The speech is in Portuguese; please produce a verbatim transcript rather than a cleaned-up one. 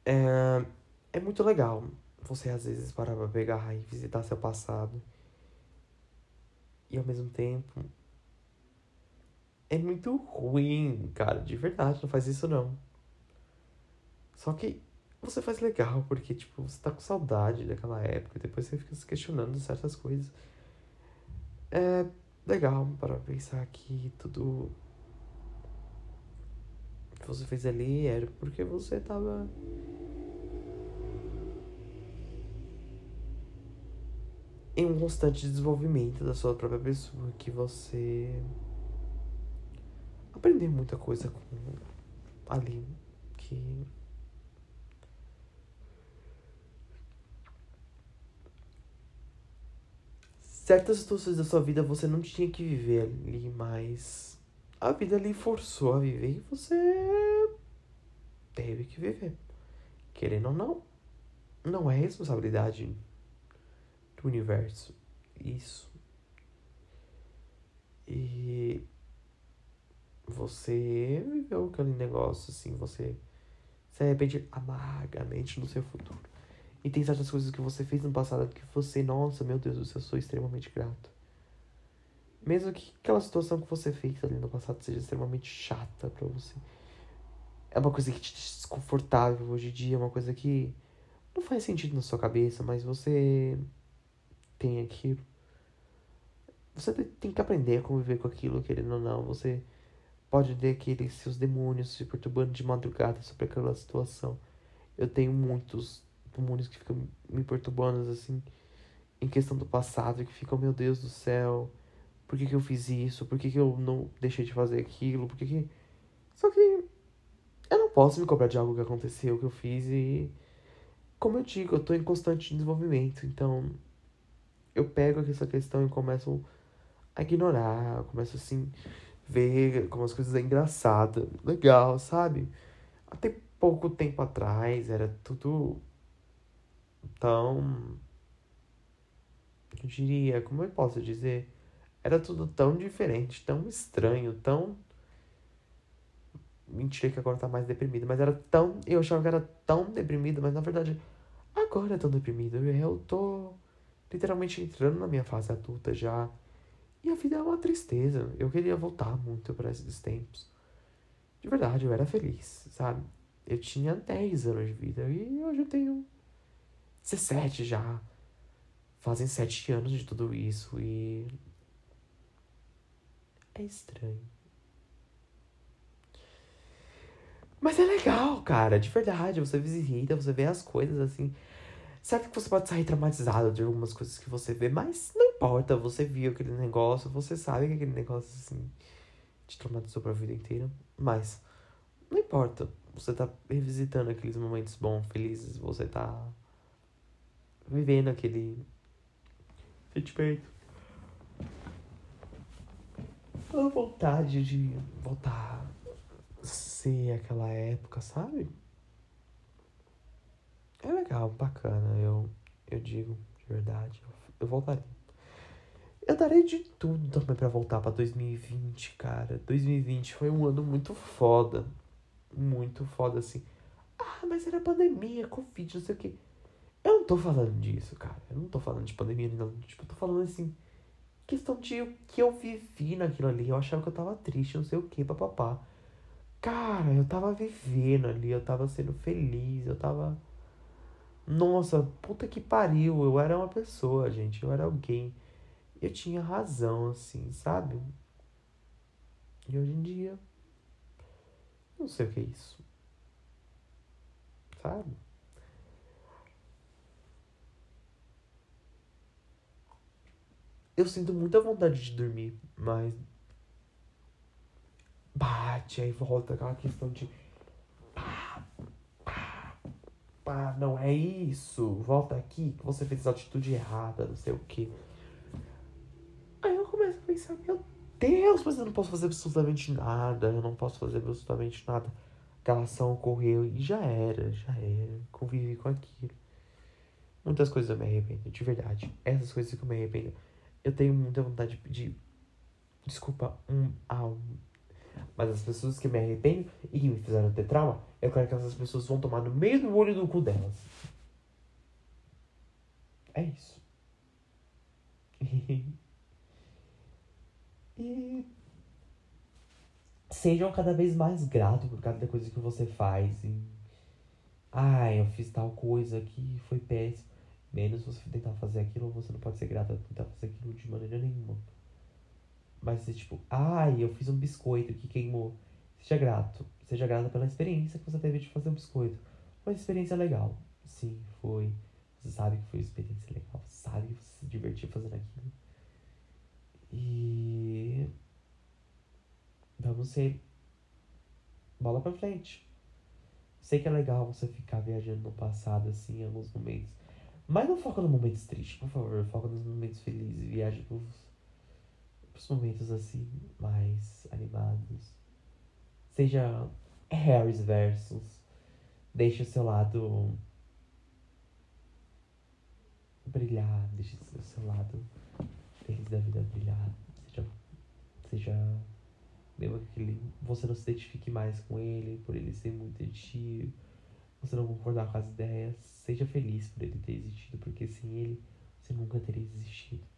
É, é muito legal você às vezes parar pra pegar e visitar seu passado. E ao mesmo tempo, é muito ruim, cara, de verdade, não faz isso não. Só que você faz legal, porque, tipo, você tá com saudade daquela época, e depois você fica se questionando certas coisas. É legal para pensar que tudo que você fez ali era porque você tava em um constante desenvolvimento da sua própria pessoa, que você aprendeu muita coisa com ali, que certas situações da sua vida você não tinha que viver ali, mas a vida ali forçou a viver e você teve que viver. Querendo ou não, não é responsabilidade do universo. Isso. E você viveu aquele negócio assim, você se arrepende amargamente no seu futuro. E tem certas coisas que você fez no passado que você, nossa, meu Deus do céu, eu sou extremamente grato. Mesmo que aquela situação que você fez ali no passado seja extremamente chata pra você. É uma coisa que te deixa desconfortável hoje em dia, é uma coisa que não faz sentido na sua cabeça, mas você tem aquilo. Você tem que aprender a conviver com aquilo, querendo ou não. Você pode ter aqueles seus demônios se perturbando de madrugada sobre aquela situação. Eu tenho muitos demônios que ficam me perturbando, assim, em questão do passado, que ficam, meu Deus do céu, por que que eu fiz isso? Por que que eu não deixei de fazer aquilo? Por que que... Só que eu não posso me cobrar de algo que aconteceu, que eu fiz e... Como eu digo, eu tô em constante desenvolvimento, então eu pego essa questão e começo a ignorar, eu começo assim, ver como as coisas é engraçada, legal, sabe? Até pouco tempo atrás era tudo tão, eu diria, como eu posso dizer? Era tudo tão diferente, tão estranho, tão. Mentira que agora tá mais deprimido, mas era tão. Eu achava que era tão deprimido, mas na verdade agora é tão deprimido. Eu tô literalmente entrando na minha fase adulta já. E a vida é uma tristeza. Eu queria voltar muito para esses tempos. De verdade, eu era feliz, sabe? Eu tinha dez anos de vida e hoje eu tenho dezessete já. Fazem sete anos de tudo isso e é estranho. Mas é legal, cara, de verdade. Você visita, você vê as coisas assim. Certo que você pode sair traumatizado de algumas coisas que você vê, mas não importa. Você viu aquele negócio, você sabe que aquele negócio assim te traumatizou pra vida inteira. Mas não importa. Você tá revisitando aqueles momentos bons, felizes. Você tá vivendo aquele sentimento. A vontade de voltar a ser aquela época, sabe? É legal, bacana. Eu, eu digo de verdade. Eu, eu voltaria. Eu darei de tudo também pra voltar pra dois mil e vinte, cara. dois mil e vinte foi um ano muito foda. Muito foda, assim. Ah, mas era pandemia, Covid, não sei o quê. Eu não tô falando disso, cara. Eu não tô falando de pandemia, não. Tipo, eu tô falando assim. Questão de o que eu vivi naquilo ali. Eu achava que eu tava triste, não sei o que, papapá. Cara, eu tava vivendo ali, eu tava sendo feliz, eu tava. Nossa, puta que pariu. Eu era uma pessoa, gente. Eu era alguém. Eu tinha razão, assim, sabe? E hoje em dia, não sei o que é isso, sabe? Eu sinto muita vontade de dormir, mas bate, aí volta aquela questão de pá, não é isso, volta aqui que você fez a atitude errada, não sei o que. Aí eu começo a pensar, meu Deus, mas eu não posso fazer absolutamente nada, eu não posso fazer absolutamente nada. Aquela ação ocorreu e já era, já era, convivi com aquilo. Muitas coisas eu me arrependo, de verdade. Essas coisas que eu me arrependo. Eu tenho muita vontade de pedir desculpa um, a um Mas as pessoas que me arrependo e que me fizeram ter trauma, eu quero que essas pessoas vão tomar no meio do olho do cu delas. É isso. E sejam cada vez mais gratos por cada coisa que você faz. E, ah, eu fiz tal coisa que foi péssimo. Menos você tentar fazer aquilo, você não pode ser grato a tentar fazer aquilo de maneira nenhuma. Mas se tipo, ai, eu fiz um biscoito que queimou. Seja grato. Seja grato pela experiência que você teve de fazer um biscoito. Foi uma experiência legal. Sim, foi. Você sabe que foi uma experiência legal. Você sabe que você se divertiu fazendo aquilo. E vamos ser bola pra frente. Sei que é legal você ficar viajando no passado, assim, em alguns momentos. Mas não foca nos momentos tristes, por favor. Foca nos momentos felizes. Viaje pros, pros momentos, assim, mais animados. Seja Harris versus. Deixe o seu lado brilhar. Deixe o seu lado feliz da vida brilhar. Seja. Seja mesmo que ele, você não se identifique mais com ele, por ele ser muito antigo, você não concordar com as ideias, seja feliz por ele ter existido, porque sem ele, você nunca teria existido.